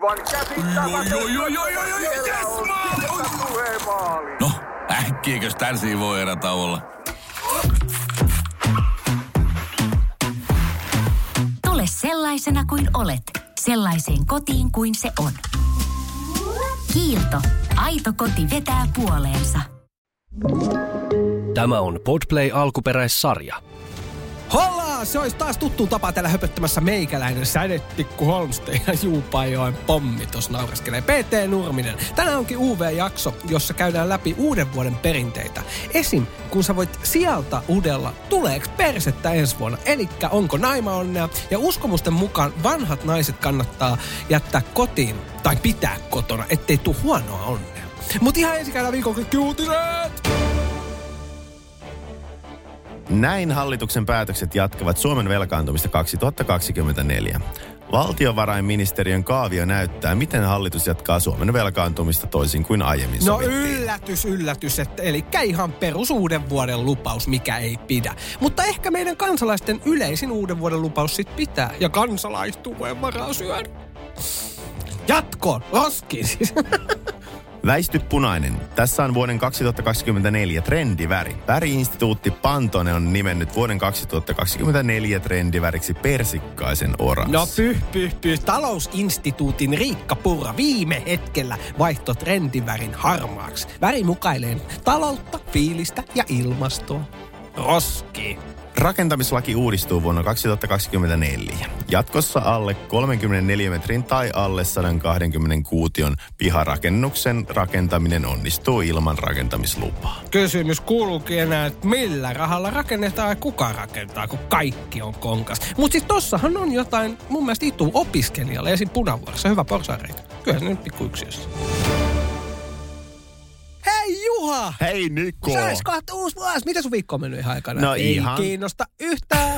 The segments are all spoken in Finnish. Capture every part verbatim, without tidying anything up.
Aivan käsittämätöntä. No, äkkiäkös tän voi erätä olla? Tule sellaisena kuin olet, sellaiseen kotiin kuin se on. Kiilto. Aito koti vetää puoleensa. Tämä on Podplay alkuperäissarja. Holla! Se olisi taas tuttu tapa täällä höpöttämässä meikäläinen sädetikku Holmsteen ja Juupajoen pommitus naureskelee. P T Nurminen. Tänään onkin U V-jakso, jossa käydään läpi uuden vuoden perinteitä. Esim. kun sä voit sieltä udella, tuleeks persettä ensi vuonna? Elikkä onko naimaonnea? Ja uskomusten mukaan vanhat naiset kannattaa jättää kotiin tai pitää kotona, ettei tuu huonoa onnea. Mut ihan ensin käydään viikon kaikki uutiset! Näin hallituksen päätökset jatkavat Suomen velkaantumista kaksituhattakaksikymmentäneljä. Valtiovarainministeriön kaavio näyttää, miten hallitus jatkaa Suomen velkaantumista toisin kuin aiemmin No sovittiin. yllätys, yllätys, että eli ihan perus uuden vuoden lupaus, mikä ei pidä. Mutta ehkä meidän kansalaisten yleisin uuden vuoden lupaus sit pitää. Ja kansalaistuen varaa syödä. Jatkoon, roskiin siis. Väisty punainen. Tässä on vuoden kaksituhattakaksikymmentäneljä trendiväri. Väri-instituutti Pantone on nimennyt vuoden kaksituhattakaksikymmentäneljä trendiväriksi persikkaisen oranssi. No pyh, pyh, pyh. Talousinstituutin Riikka Purra viime hetkellä vaihtoi trendivärin harmaaksi. Väri mukailee taloutta, fiilistä ja ilmastoa. Roski. Rakentamislaki uudistuu vuonna kaksituhattakaksikymmentäneljä. Jatkossa alle kolmekymmentäneljä metrin tai alle sata kaksikymmentä kuution piharakennuksen rakentaminen onnistuu ilman rakentamislupaa. Kysymys kuuluukin enää, että millä rahalla rakennetaan ja kuka rakentaa, kun kaikki on konkas. Mutta siis tossahan on jotain mun mielestä itu opiskelijalle esim. Punavuoressa. Hyvä porsareikä. Kyllä se nyt pikku yksiössä. Hei Juha! Hei Niko! Sä ois kohta uusi vuosi. Mitä sun viikko on mennyt ihan aikana? No Ei ihan. kiinnosta yhtään.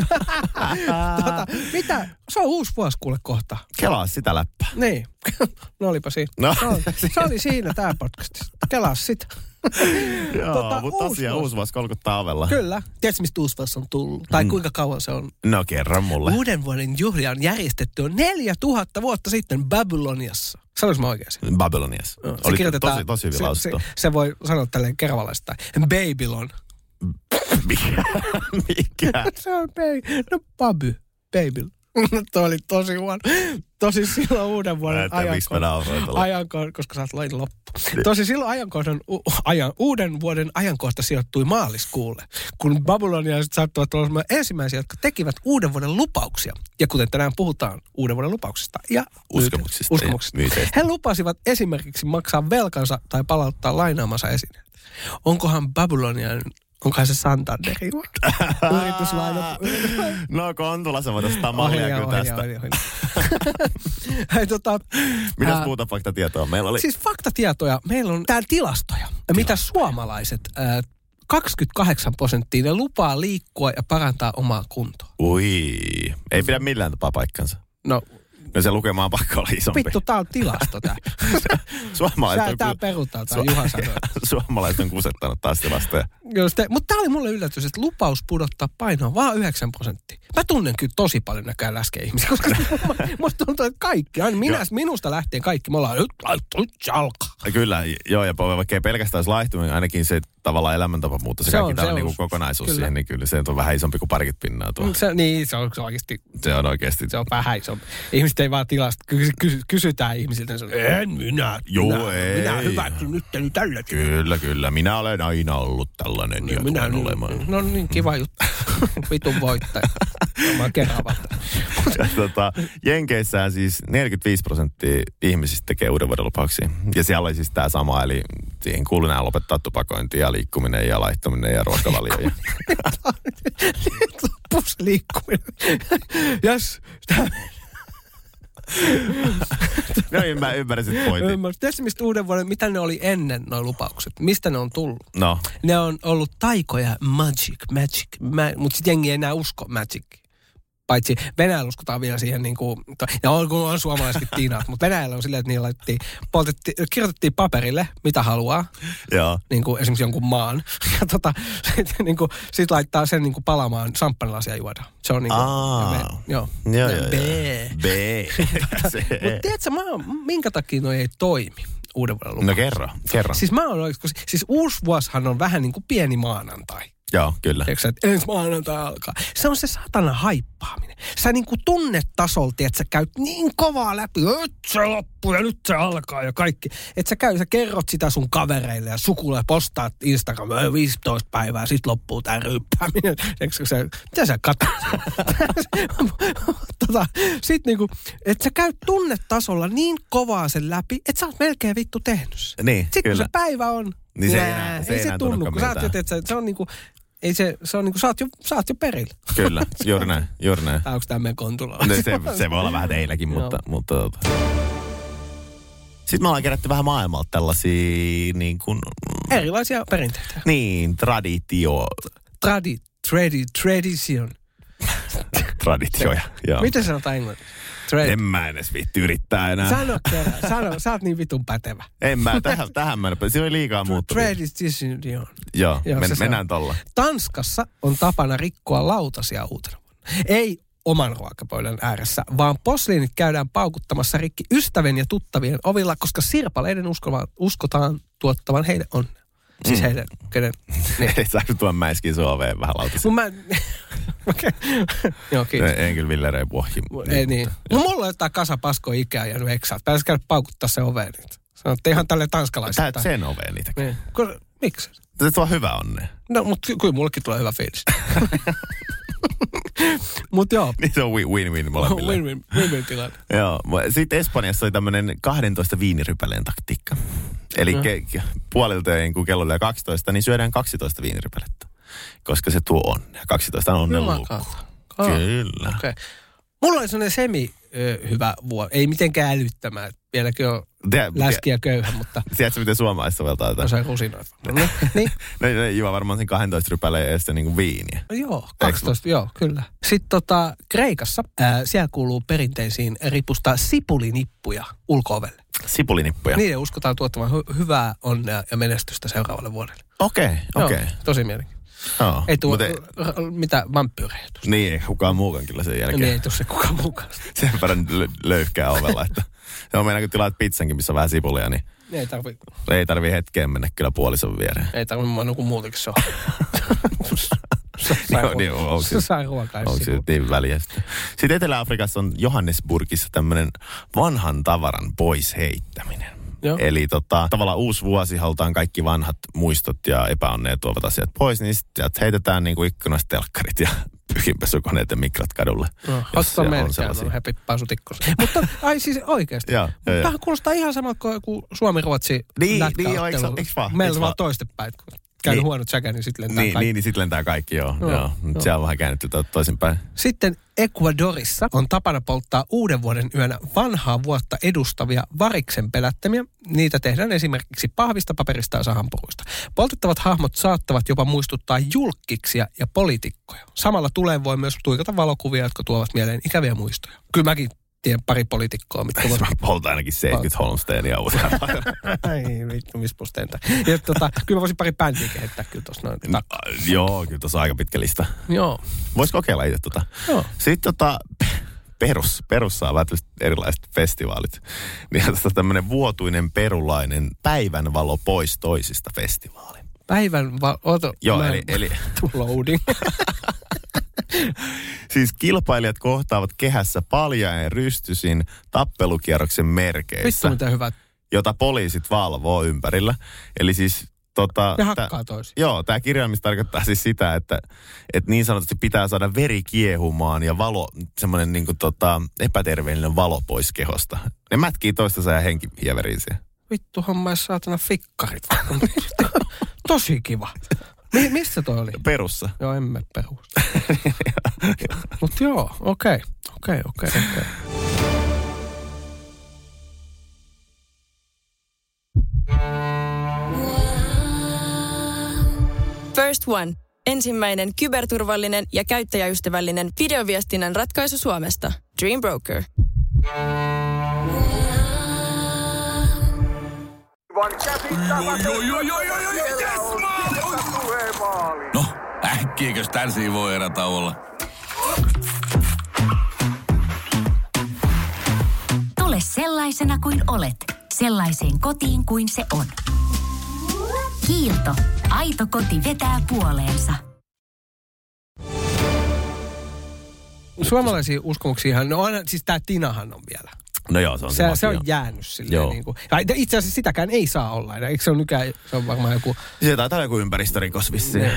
tota, mitä? Se on uusi vuosi kuule kohta. Kelaa sitä läppää. Niin. No olipa siinä. No. Se, oli, se oli siinä tää podcastissa. Kelaa sitä. Joo, tota, mutta tosiaan uusi vuosi kolkuttaa ovella. Kyllä. Tiedätkö, mistä uusi vuosi on tullut? Tai mm. kuinka kauan se on? No kerran mulle. Uuden vuoden juhlia on järjestetty jo neljätuhatta vuotta sitten Babyloniassa. Sanois mä oikein sen? Babyloniassa. No, Oli tosi, tosi hyvin se, lausuttu. se, se voi sanoa tälleen kervalaistain. Babylon. Mikä? Mikä? Se on baby. No baby. Babylon. Tuo oli tosi huono. Tosi silloin uuden vuoden ajankohta. Ajanko, koska sä oot lain loppu. Tosi silloin ajankohdan, u, ajan, uuden vuoden ajankohta sijoittui maaliskuulle, kun babylonialaiset saattoivat olla ensimmäisiä, jotka tekivät uuden vuoden lupauksia. Ja kuten tänään puhutaan uuden vuoden lupauksista ja uskomuksista. uskomuksista. Ja he lupasivat esimerkiksi maksaa velkansa tai palauttaa lainaamansa esineet. Onkohan Babylonian... Onkohan se Santanderi? Yrityslaina. No Kontula se voitaisiin ottaa mallia kyllä tästä. Ohi, ohi, Hei, tota, Mitäs ää, muuta faktatietoa meillä oli? Siis faktatietoja. Meillä on täällä tilastoja. Mitä suomalaiset, ää, kaksikymmentäkahdeksan prosenttia, ne lupaa liikkua ja parantaa omaa kuntoa. Ui, ei pidä millään tapaa paikkansa. No, no se lukema on pakko olla isompi. Vittu, tää on tilasto tää. Suomalaiset on... Tää perutaan, tää Juha sanoo. Suomalaiset on kusettanut taas tilastoja. Mutta tää oli mulle yllätys, että lupaus pudottaa painoa vaan yhdeksän prosenttia. Mä tunnen kyllä tosi paljon näköjään läskeä ihmisiä, koska musta tuntuu, että kaikki, aina minä, minusta lähtien kaikki, me ollaan nyt alkaa. Kyllä, joo, ja vaikka ei pelkästään olisi laihtuminen, ainakin se tavallaan elämäntapa muuttaa se, se kaikki tällainen niin kokonaisuus kyllä. Siihen, niin kyllä se on vähän isompi kuin parikymmentä pinnaa tuo. Se, niin, se on, se on oikeasti. Se on oikeasti. Se on vähän isompi. Ihmiset ei vaan tilasta, kysy, kysy, kysytään ihmisiltä, en minä, joo, minä, ei. minä hyväksyn nyt tällä. Kyllä, kyllä, minä olen aina ollut tällainen no, ja minä tulen olemaan. No niin, kiva juttu. Vitun voittaja. Mä keravalta. tota, Jenkeissään siis neljäkymmentäviisi prosenttia ihmisistä tekee uuden vuoden lupauksia. Ja siellä oli siis tämä sama, eli siihen kuului nämä lopettaa tupakointi ja liikkuminen ja laittaminen ja ruokavalio. Ja... Loppus liikkuminen. Jes. No niin, mä ymmärsin pointin. Tiedätkö, mistä uuden vuoden, mitä ne oli ennen nuo lupaukset? Mistä ne on tullut? No. Ne on ollut taikoja magic, magic, ma- mutta sitten jengi ei enää usko magic. Paitsi Venäjällä uskotaan vielä siihen niin kuin, ja on, kun on suomalaisetkin tiinaat, mutta Venäjällä on silleen, että niillä laitettiin, poltettiin, kirjoitettiin paperille, mitä haluaa. Joo. Niin kuin esimerkiksi jonkun maan. Ja tota, sitten niin kuin, sit laittaa sen niin kuin palamaan samppanilasia juoda. Se on niin kuin, Aa. Joo. Joo, joo, B. B. Mutta tiedätkö, mä, minkä takia noi ei toimi uuden vuoden lupaus? No kerro, kerro. Siis mä oon oikeasti, siis uusi vuosihan on vähän niin kuin pieni maanantai. Joo, kyllä. Eikö että ensi maanantai alkaa? Se on se satana haippaaminen. Sä niin kuin tunnetasolta, että sä käyt niin kovaa läpi, nyt se loppuu ja nyt se alkaa ja kaikki. Että sä käy, sä kerrot sitä sun kavereille ja sukulle, postaat Instagramia viisitoista päivää, sit loppuu tää ryyppääminen. Eikö se, mitä sä katsot? tota, sit niinku, että sä käyt tunnetasolla niin kovaa sen läpi, että sä oot melkein vittu tehnyt sen. Niin, Sitten kyllä. kun se päivä on, niin se nää, ei enää, se ei ei se enää tunnu, kun sä oot jo, että se on niinku, ei se, se on niinku, sä oot jo, sä oot jo perillä. Kyllä, juuri näin, juuri näin. Tai onko tämä meidän kontulla? No, se, se voi olla vähän teilläkin, mutta... mutta tota. Sitten me ollaan kerätty vähän maailmalta tällaisia niin kuin... Erilaisia perinteitä. Niin, traditio... Tradi, tradi, tradition. Traditioja, joo. Miten sanotaan englanniksi? Trade. En mä edes viitti yrittää enää. Sano kerran, sano, sä oot niin vitun pätevä. En mä, tähän, tähän mä en... Se oli liikaa muuttunut. Tradition. Joo, Joo men, se mennään on. tolla. Tanskassa on tapana rikkoa lautasia uutena vuonna. Ei oman ruokapöydän ääressä, vaan posliinit käydään paukuttamassa rikki ystävien ja tuttavien ovilla, koska sirpaleiden uskova, uskotaan tuottavan heille onnea. Siis Mm. heidän, kenen... Niin. Ei saa tuon mäiskin suoveen vähän lautasia. Mun mä... Okei. Joo, kiitos. En, en kyllä Villerei puohi. Ei niin. No mulla on jotain kasapaskoa ikää jäänyt eksaa. Pääsis käydä paukuttaa se oveen niitä. Sanotte ihan tälleen tanskalaisittain. Täät sen oveen niitä. Niin. Kun, miksi? Se tuo hyvä onnea. No, mutta kyllä mullekin tulee hyvä fiilis. Mut joo. Niin se on win-win molemmille. Win-win, win-win tilanne. Joo. Sitten Espanjassa oli tämmöinen kahdentoista viinirypäleen taktiikka. Eli No. ke- puolilta kun kello oli kaksitoista, niin syödään kaksitoista viinirypälettä. Koska se tuo onnea. kaksitoista on onnen luku. Kyllä. Okay. Mulla oli sellainen semi ö, hyvä vuosi. Ei mitenkään älyttömää. Vieläkin on Te- läski ja köyhä, mutta Tiedätkö, miten suomalaiset soveltaa tätä? osaa rusinoita. No, niin. Ne, ne juo varmaan sen kahdentoista rypäleen ja sitten niin kuin viiniä. No joo, kaksitoista, joo, kyllä. Sitten tota, Kreikassa, ää, siellä kuuluu perinteisiin ripustaa sipulinippuja ulko-ovelle. Sipulinippuja. Niiden uskotaan tuottavan hy- hyvää onnea ja menestystä seuraavalle vuodelle. Okei, okay, okei. Joo, tosi mielenkiintoista. Joo. Ei tule Mut ei- r- mitä vampyyrejä tuosta. Niin, ei kukaan muukaan kyllä sen jälkeen. Niin ei tule se kukaan mukaan. Sen verran lö- löyhkää ovella, että se on meidän kun tilaat pizzankin, missä on vähän sipulia, niin Ei tarvi, ei tarvii hetkeen mennä kyllä puolison viereen. ei tarvi mua nuku muutenkin se on. Joo, niin, onko Se se- sai ruokaa. Onko se niin väliä sitten? Sitten Etelä-Afrikassa on Johannesburgissa tämmöinen vanhan tavaran pois heittäminen. Joo. Eli tota, tavallaan uusi vuosi halutaan kaikki vanhat muistot ja epäonneet tuovat asiat pois, niin sitten heitetään niin kuin ikkunasta telkkarit ja pyykinpesukoneet ja mikrot kadulle. No, jos Otto siellä on melkein sellaisia. on hepi paasutikkossa. Mutta ai siis oikeasti. Joo, joo, joo. Tämähän kuulostaa ihan samalta kuin joku Suomi-Ruotsi Niin, lätkäottelu. niin, eikö- eikö vaan? Meillä Eikö on vaan vaan? toistepäin. Kun käynyt Niin. huonot säkä, niin sitten lentää Niin, kaikki. niin, niin sitten lentää kaikki, joo. Joo, joo. Nyt joo. siellä on vähän käännetty to- toisinpäin. Sitten Ecuadorissa on tapana polttaa uuden vuoden yönä vanhaa vuotta edustavia variksen pelättämiä. Niitä tehdään esimerkiksi pahvista, paperista ja sahanpuruista. Poltettavat hahmot saattavat jopa muistuttaa julkkiksia ja poliitikkoja. Samalla tuleen voi myös tuikata valokuvia, jotka tuovat mieleen ikäviä muistoja. Kyllä mäkin tiedän pari poliitikkoa, mitkä Se voivat... poltaa ainakin seitsemänkymmentä Holmsteenia usein. Ai vittu, missä posteentä. Ja tota, kyllä mä voisin pari bändiä kehittää kyllä tuossa noin. Ta- Joo, kyllä tuossa on aika pitkä lista. Joo. Vois kokeilla itse tota. Joo. Sitten tota, perus, perussa on vähän tällaiset erilaiset festivaalit. Niin on tässä tämmöinen vuotuinen perulainen päivänvalo pois toisista festivaali. Päivän va... Oto, Joo, mä- eli, eli Loading. siis kilpailijat kohtaavat kehässä paljain rystysin tappelukierroksen merkeissä, Vittu mitä hyvät. jota poliisit valvoo ympärillä. Eli siis tota... Ne tä- hakkaa toisiaan. Joo, tämä kirjaimista tarkoittaa siis sitä, että, että niin sanotusti pitää saada veri kiehumaan ja valo, semmoinen niin kuin tota, epäterveellinen valo pois kehosta. Ne mätkii toistensa ja henkihieveriin siihen. Vittu homma, jos saatana fikkarit. Tosi kiva. Mi- missä toi oli? Perussa. Joo, emme perusta. Mut joo, okei. Okei, okei, okei. First One. ensimmäinen kyberturvallinen ja käyttäjäystävällinen videoviestinnän ratkaisu Suomesta. Dream Broker. No, äkkiäkös tän voi erätä olla? Tule sellaisena kuin olet, sellaiseen kotiin kuin se on. Kiilto. Aito koti vetää puoleensa. Suomalaisia uskomuksiahan, no aina, siis tää Tinahan on vielä. No joo, se on se, se, se on jäänyt silleen niin kuin. Itse asiassa sitäkään ei saa olla. Eikö se on nykään, se on varmaan joku... Se taitaa joku ympäristörikos vissiin.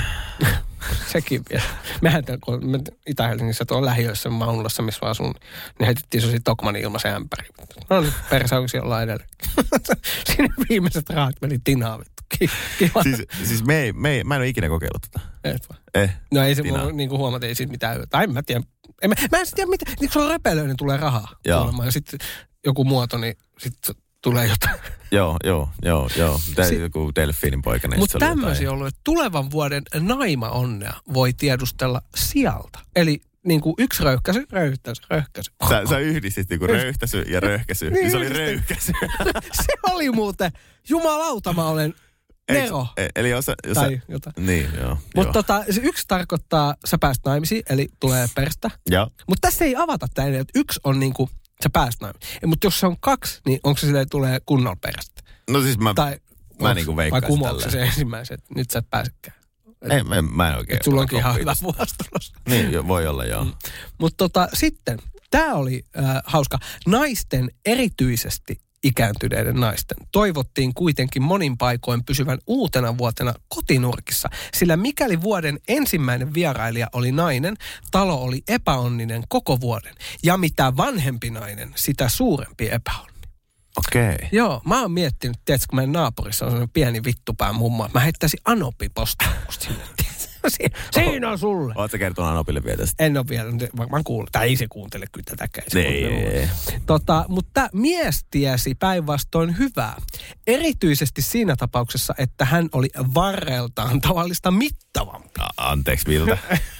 Sekin vielä. Mehän kun me Itä-Helsingissä tuolla lähiöissä Maunulassa, missä mä asun, niin heitettiin sellaisia Tokmanin ilmaisen ämpäri. No niin, persauksia ollaan edelleen. Siinä viimeiset rahat meni Tinaa vittu. Kiva. Siis, siis me ei, me ei, mä en ole ikinä kokeillut tätä. Et vaan. Eh, no ei se mun niin kuin huomata, ei siitä mitään hyötyä. Tai en mä tiedä. En, mä, mä en tiedä mitä, niin kun se on repelöinen, niin tulee rahaa. Joo. Ja sitten joku muoto, niin sitten tulee jotain. Joo, joo, joo, joo. Tämä si- joku delfiinin poika. Mutta tämmöisiä on ollut, että tulevan vuoden naima-onnea voi tiedustella sieltä. Eli niin kuin yksi röyhkäsy, röyhkäsy, röyhkäsy. Sä, sä yhdistit niin kuin röyhtäsy ja röyhkäsy. niin, niin se oli röyhkäsy. Se oli muuten, jumalauta mä olen Nero. E, eli jos, jos tai sä, jotain. Niin, joo. Mutta tota, se yksi tarkoittaa, sä pääst naimisiin, eli tulee perstä. Joo. Mutta tässä ei avata tämä ennen, että yksi on niin kuin, sä pääst naimisiin. Mutta jos se on kaksi, niin onko se silleen, tulee kunnolla perästä? No siis mä, tai, mä niin kuin veikkaisin tälleen. Vai kumouksen se ensimmäisen, että nyt sä et pääsekään? Et, ei, mä, mä en oikein. Että sulla onkin ihan hyvä vuostulos. Niin, jo, voi olla, joo. Mm. Mutta tota, sitten, tämä oli äh, hauska. Naisten erityisesti ikääntyneiden naisten toivottiin kuitenkin monin paikoin pysyvän uutena vuotena kotinurkissa, sillä mikäli vuoden ensimmäinen vierailija oli nainen, talo oli epäonninen koko vuoden. Ja mitä vanhempi nainen, sitä suurempi epäonni. Okei. Okay. Joo, mä oon miettinyt, tiedätkö, kun meidän naapurissa on sellainen pieni vittupää mummo, mä heittäisin Anopi-postausta sinne. Siinä on sulle. Oletko kertonut Anopille vielä tästä? En ole vielä, varmaan kuullut. Tai ei se kuuntele kyllä tätäkään. Ei. Tota, mutta mies tiesi päinvastoin hyvää. Erityisesti siinä tapauksessa, että hän oli varreltaan tavallista mittavampi. A- anteeksi, miltä?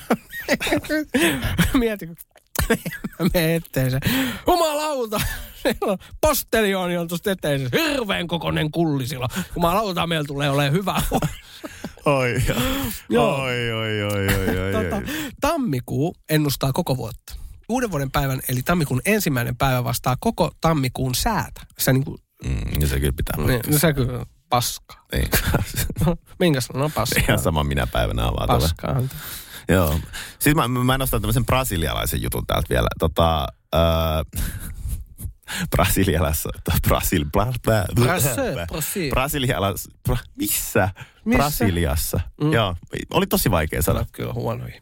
Mieti, kun mä menen eteen se. Jumalauta! Postelioni on tuosta eteen. Hirveän kokoinen kulli silloin. Jumalauta, meillä tulee olemaan hyvä. Oi, oi, oi, oi, oi, oi. Tota, tammikuu ennustaa koko vuotta. Uuden vuoden päivän, eli tammikuun ensimmäinen päivä vastaa koko tammikuun säätä. Se niin kuin... Mm, se kyllä pitää niin, se kyllä paskaa. Niin. Minkäs on paskaa? Ihan sama minä päivänä on vaan. Paskaa. Joo. Siis mä, mä nostan tämmöisen brasilialaisen jutun täältä vielä. Tota, äh, Brasilialassa, Brasil, bla, bla, Brasil, Brasil. Brasilialassa, bra, missä? missä? Brasiliassa. Mm. Joo, oli tosi vaikea sanoa. Kyllä huonoja.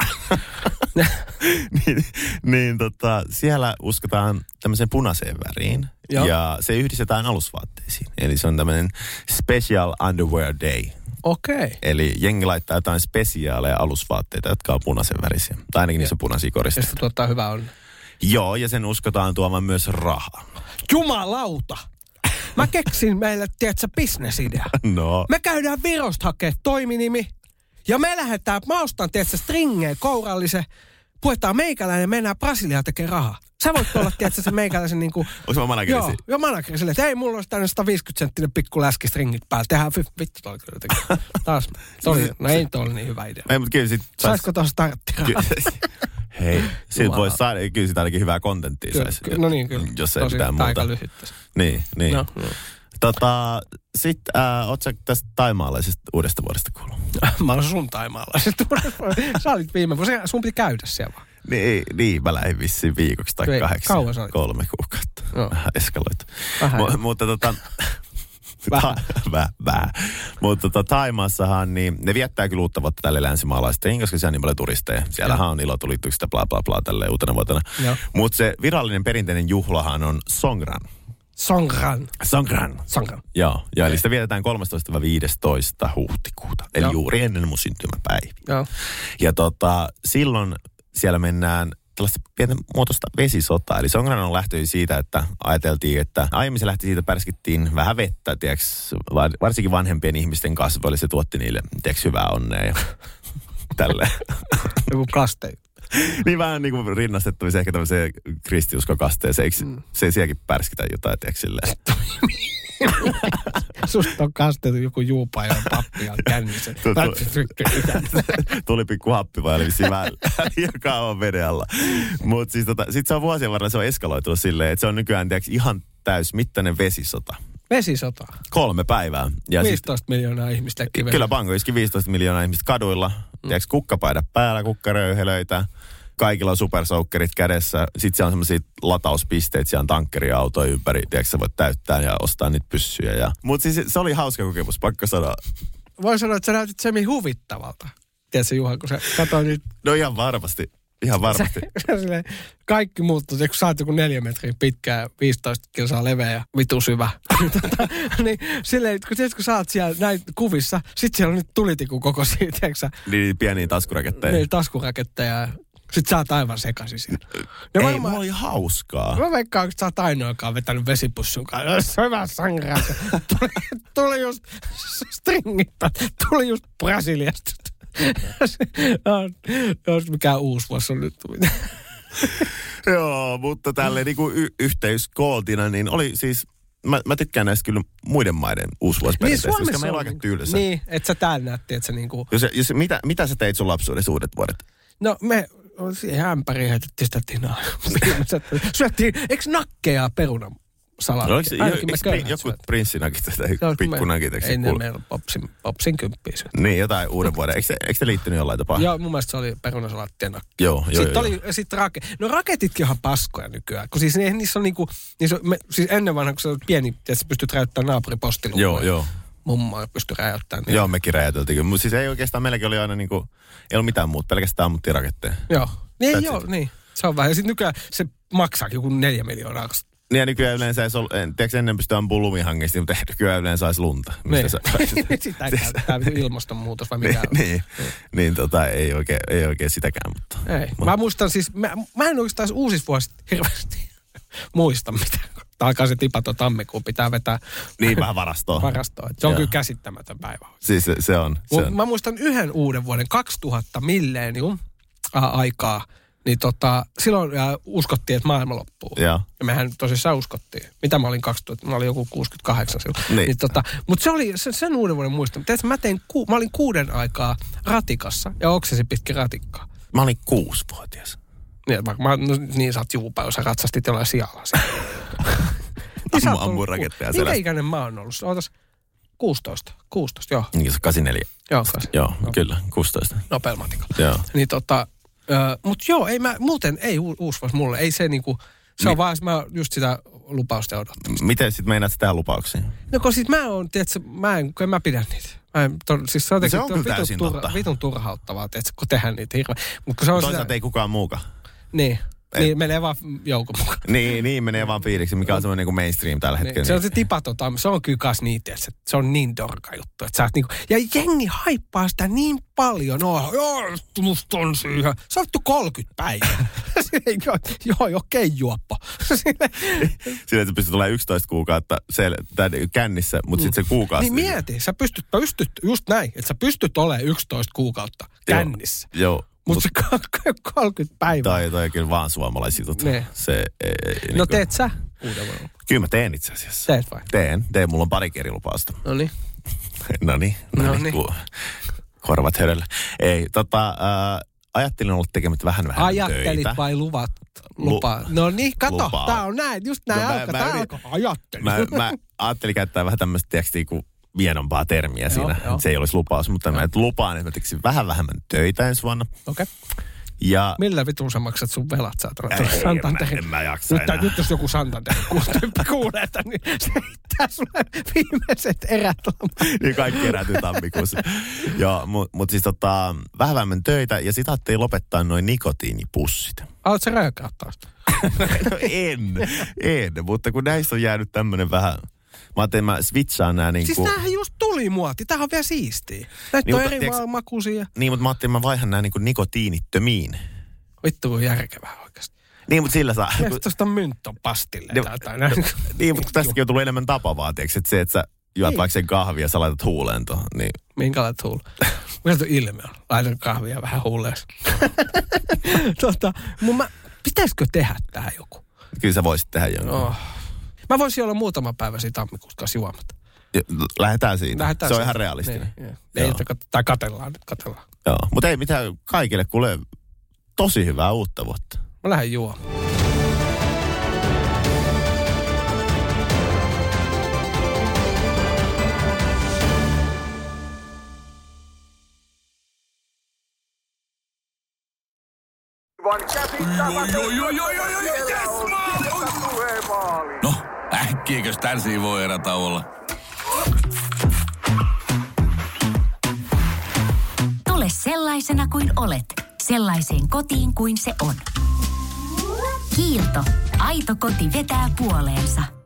niin, niin tota, siellä uskotaan tämmöiseen punaiseen väriin. Joo. Ja se yhdistetään alusvaatteisiin. Eli se on tämmöinen special underwear day. Okei. Okay. Eli jengi laittaa jotain spesiaaleja alusvaatteita, jotka on punaisen värisiä. Tai ainakin ja. niissä on punaisia koristeita. Ja se tuottaa hyvää onnea. Joo, ja sen uskotaan tuomaan myös rahaa. Jumalauta! Mä keksin meille, tiedätkö, bisnesidea. No. Me käydään Virosta hakea toiminimi. Ja me lähdetään, mä ostan, tiedätkö, stringeen kourallisen. Puetaan meikäläinen ja mennään Brasiliaan tekemään rahaa. Sä voit olla, tiedätkö, se meikäläisen niinku... Onko mä managerisi? Joo, joo manageri silleen, että ei, mulla olisi tänne sata viisikymmentä senttinen pikku läskistringit päällä. Tehdään, vittu, toi kyllä tekee. Taas, toi, no ei toi ole niin hyvä idea. Ei, mutta kyllä sit... Saisiko tuossa starttirahaa? Hei, siitä voisi saada, kyllä siitä ainakin hyvää kontenttia saisi. No niin, kyllä. Jos ei mitään muuta. Aika lyhyttä. Niin, niin. No, no. Tota, sit, äh, ootko sä tästä taimaalaisesta uudesta vuodesta kuullut? Mä oon sun taimaalaisesta uudesta vuodesta. Sä olit viime vuonna, sun piti käydä siellä vaan. Niin, niin, mä lähdin vissiin viikoksi tai Ei, kahdeksan. Kauan sä olit? Kolme kuukautta. No. Vähän eskaloitu. Vähän. M- mutta tota... Vähän. Vähän. Vähän. Mutta tota, Taimaassahan, niin ne viettää kyllä uutta vuotta tälle länsimaalaisten, koska siellä on niin paljon turisteja. Siellähän on ilotulitukset bla bla bla tälleen uutena vuotena. Mutta se virallinen perinteinen juhlahan on Songkran. Songkran. Songkran. Songkran. Joo, ja eli sitä vietetään kolmastoista viidestoista huhtikuuta, eli Joo. juuri ennen mun syntymäpäiviä. Joo. Ja tota, silloin siellä mennään tällaista pientä muotoista vesisotaa. Eli Songkran on lähtöisin siitä, että ajateltiin, että aiemmin se lähti siitä, pärskittiin vähän vettä, tiiäks, varsinkin vanhempien ihmisten kasvoille se tuotti niille, tiiäks, hyvää onnea. Ja tälleen. Joku kaste. Niin vähän niin kuin rinnastettavissa ehkä tämmöiseen kristiuskokasteeseen. Eikö mm. se sielläkin pärskitä jotain, tiedätkö silleen? Susta on kastettu joku juupaja ja pappi on kännissä. Tuli pikku happi vai oli vissiin vähän liian kauan veden alla. Mutta siis tota, sit se on vuosien varrella se on eskaloitunut silleen, että se on nykyään tiedätkö, ihan täysmittainen vesisota. Vesisota? Kolme päivää. Ja viisitoista sit, miljoonaa ihmistä. Kivellä. Kyllä Bango iski viisitoista miljoonaa ihmistä kaduilla. Mm. Tiedätkö, kukkapaidat päällä, kukkaröyhelöitä. Kaikilla on supersoukkerit kädessä. Sitten siellä on semmoisia latauspisteitä, siellä on tankkeriautoja ympäri. Tiedätkö, sä voit täyttää ja ostaa niitä pyssyjä. Ja... Mutta siis se oli hauska kokemus, pakko sanoa. Voi sanoa, että sä näytit semmin huvittavalta. Tiedätkö, Juha, kun sä katsoit niitä... No ihan varmasti. Ihan varmasti. Sä, silleen, kaikki muuttuu, kun sä oot joku neljä metriä pitkää, viisitoista kilsaa leveä ja vitu syvä. niin silleen, kun, tiedät, kun sä oot siellä näin kuvissa, sit siellä on nyt tulitikun kokoisia, tiedätkö niin pieniä taskuraketteja. Niin, taskuraketteja. Sitten sä oot aivan sekaisin siellä. Ei, varmaan, mulla oli hauskaa. Mä veikkaan, että sä oot ainoa, joka on vetänyt vesipussun kanssa. Hyvä sangraa. Tuli, tuli just stringit, tuli just Brasiliasta. Jos mikään uusi vuosi on nyt. Joo, mutta tälleen niin kuin y- yhteyskooltina, niin oli siis, mä, mä tykkään näistä kyllä muiden maiden uusvuosiperinteistä, niin, koska meillä on aika tylsä. Niin, että sä täällä näytti, että sä niinku... Jos, jos, mitä, mitä sä teit sun lapsuudessa uudet vuodet? No me siihen ämpäriin heitettiin sitä tinaa. Syöttiin, eikö nakkeja perunan salaattia? No, eikö, eikö joku prinssinakit tai pikkunakit? Ei ne meillä popsin, popsin kymppiä syöttiin. Niin, jotain uuden vuoden. Eikö, eikö te liittynyt jollain tapaa? Joo, mun mielestä se oli perunasalaatti ja nakki. Joo, joo, Sitten joo. oli, sit rake... No raketitkin on paskoja nykyään. Kun siis ne, niissä on niinku... Niissä on, me, siis ennen vanha, kun sä olet pieni, että sä pystyt räjäyttämään naapuripostilukua. Joo, joo. Mummo pystyi räjäyttämään. Niin. Joo, mekin räjäyteltiin. Mutta siis ei oikeastaan, meilläkin oli aina niinku... Ei ollut mitään muuta, pelkästään ammuttiin raketteja. Joo. Niin, joo, niin. Se on vähän. Ja sitten nykyään se maksaa joku neljä miljoonaa. Niin ja nykyään yleensä ei ole, tiedätkö ennen pystyy ampumaan lumihangista, mutta nykyään yleensä saisi lunta. Niin. Sä, sitä ei tämä ilmastonmuutos vai mitä niin, niin, niin tota, ei oikein, ei oikein sitäkään, mutta... Ei. Mä muistan siis, mä, mä en oikeastaan uusissa vuosissa hirveästi muista mitä. Alkaa se tipaton tammikuun, pitää vetää... Niin, vähän varastoa. Varastoa. Se on kyllä käsittämätön päivä. Siis se, se on. Se on. Mä muistan yhden uuden vuoden, kaksituhatta millennium aikaa. Niin tota, silloin ja uskottiin, että maailma loppuu. Ja, ja mehän tosissaan uskottiin. Mitä mä olin kaksituhatta? Mä olin joku kuusikymmentäkahdeksan silloin. Niin. Niin tota, mutta se oli sen, sen uuden vuoden muistan. Tiedätkö, mä, tein ku, mä olin kuuden aikaa ratikassa ja oksesin pitkin ratikkaa. Mä olin kuusivuotias. Niin, mä, mä, no, niin sä oot juupa, jos sä ratsastit jollain sijalla. niin Ammu, ammuin raketteja selästä. Minkä ikäinen mä oon ollut? Ootas kuusitoista. kuusitoista, joo. Niin, se kahdeksankymmentäneljä. Joo, kahdeksankymmentäneljä. Joo, no. Kyllä, kuusitoista. Nopealla matikalla. Joo. Niin tota... Öö, mutta joo, ei mä, muuten ei u, uusi vuosi mulle. Ei se niinku, se Mi- on vaan mä just sitä lupausta odottamista. Miten sit meinaat sitä lupauksiin? No kun sit mä oon, tiedätkö, mä en, kun en mä pidä niitä. Mä en, to, siis se on, se on kyllä täysin turha, totta. Vitun turhauttavaa, tiedätkö, kun tehdään niitä hirveän. Toisaalta sitä... ei kukaan muukaan. Niin. Ei. Niin, menee vaan joukon mukaan. Niin, niin menee vaan fiiliksi, mikä on semmoinen niin mainstream tällä hetkellä. Niin, se on se tipaton, se on kyllä kas niitä, että se on niin dorka juttu. Että sä oot niinku, ja jengi haippaa sitä niin paljon. No, joo, musta on siihen. Sä oot kolmekymmentä päivää. joo, joo, okei, juoppo. Sillä, että pystyt olemaan yksitoista kuukautta sel- kännissä, mutta mm. sitten se kuukausi. Niin mieti, sä pystyt, pystyt, just näin, että sä pystyt olemaan yksitoista kuukautta kännissä. Joo, joo. Mutta mut se kolmekymmentä päivää. Tai toi kyllä vaan suomalaisitut. Ne. Se ei, ei, no niin teet sä uuden vuoden? Kyllä mä teen itse asiassa. Teet vai? Teen. Teen. Mulla on pari eri lupausta. Noniin. Noniin. Noniin. Korvat höröllä. Ei, tota, äh, ajattelin olla tekemättä vähän vähän Ajattelit töitä. Ajattelit vai luvat? Lupaa. No niin, kato. Lupaa. Tää on näin. Just näin no, alkaa. Tää alkaa. Ajattelin. Mä, mä ajattelin käyttää vähän tämmöistä, tiedätkö, kuin vienompaa termiä joo, siinä. Joo. Se ei olisi lupaus, mutta joo. Mä lupaan, että mä tekisin vähän vähemmän töitä ensi vuonna. Okei. Okay. Ja... Millä vitun sä maksat sun velat? Sä oot Santanderin. En mä jaksa nyt, enää. Nyt jos joku Santanderin kuutyyppi kuulee, niin se heittää sulle viimeiset erät lomaan. Niin kaikki erätyy tammikuussa. Joo, mutta mut siis tota, vähän vähemmän töitä ja sit ajattelin lopettaa noin nikotiinipussit. Haluatko sä röökää taas? No en, en, mutta kun näistä on jäänyt tämmönen vähän... Mä ajattelin, mä switchaan nää niinku... Siis tämähän just tuli muoti. Tämähän on vielä siistiä. Näitä niin, on eri tiiäks... makuisia. Niin, mutta mä ajattelin, mä vaihan nää niinku nikotiinittömiin. Vittu, kun järkevää oikeasti. Niin, mutta sillä saa... Mielestäni tuosta myntton pastille no, tai no, niin, mutta tästäkin on tullut enemmän tapavaa, tiiäks, että se, että sä juot niin. Vaikka sen kahvia ja sä laitat huuleen tuohon, niin... Minkälainen huulu? Mikä tuo ilme on? Laitan kahvia vähän huuleessa. tota, mun mä, pitäisikö tehdä tähän joku? Kyllä sä voisit tehdä jonkun. Oh. Mä voisin olla muutama päivä siitä tammikuussa kanssa juomatta. Lähdetään siitä. Lähdetään se on siitä. ihan realistinen. Niin, ei, tai katellaan nyt, katellaan. Joo, mutta ei mitään kaikille, kuule tosi hyvää uutta vuotta. Mä lähden juomaan. No, äkkiäkös tän voi erätä olla? Tule sellaisena kuin olet, sellaiseen kotiin kuin se on. Kiilto. Aito koti vetää puoleensa.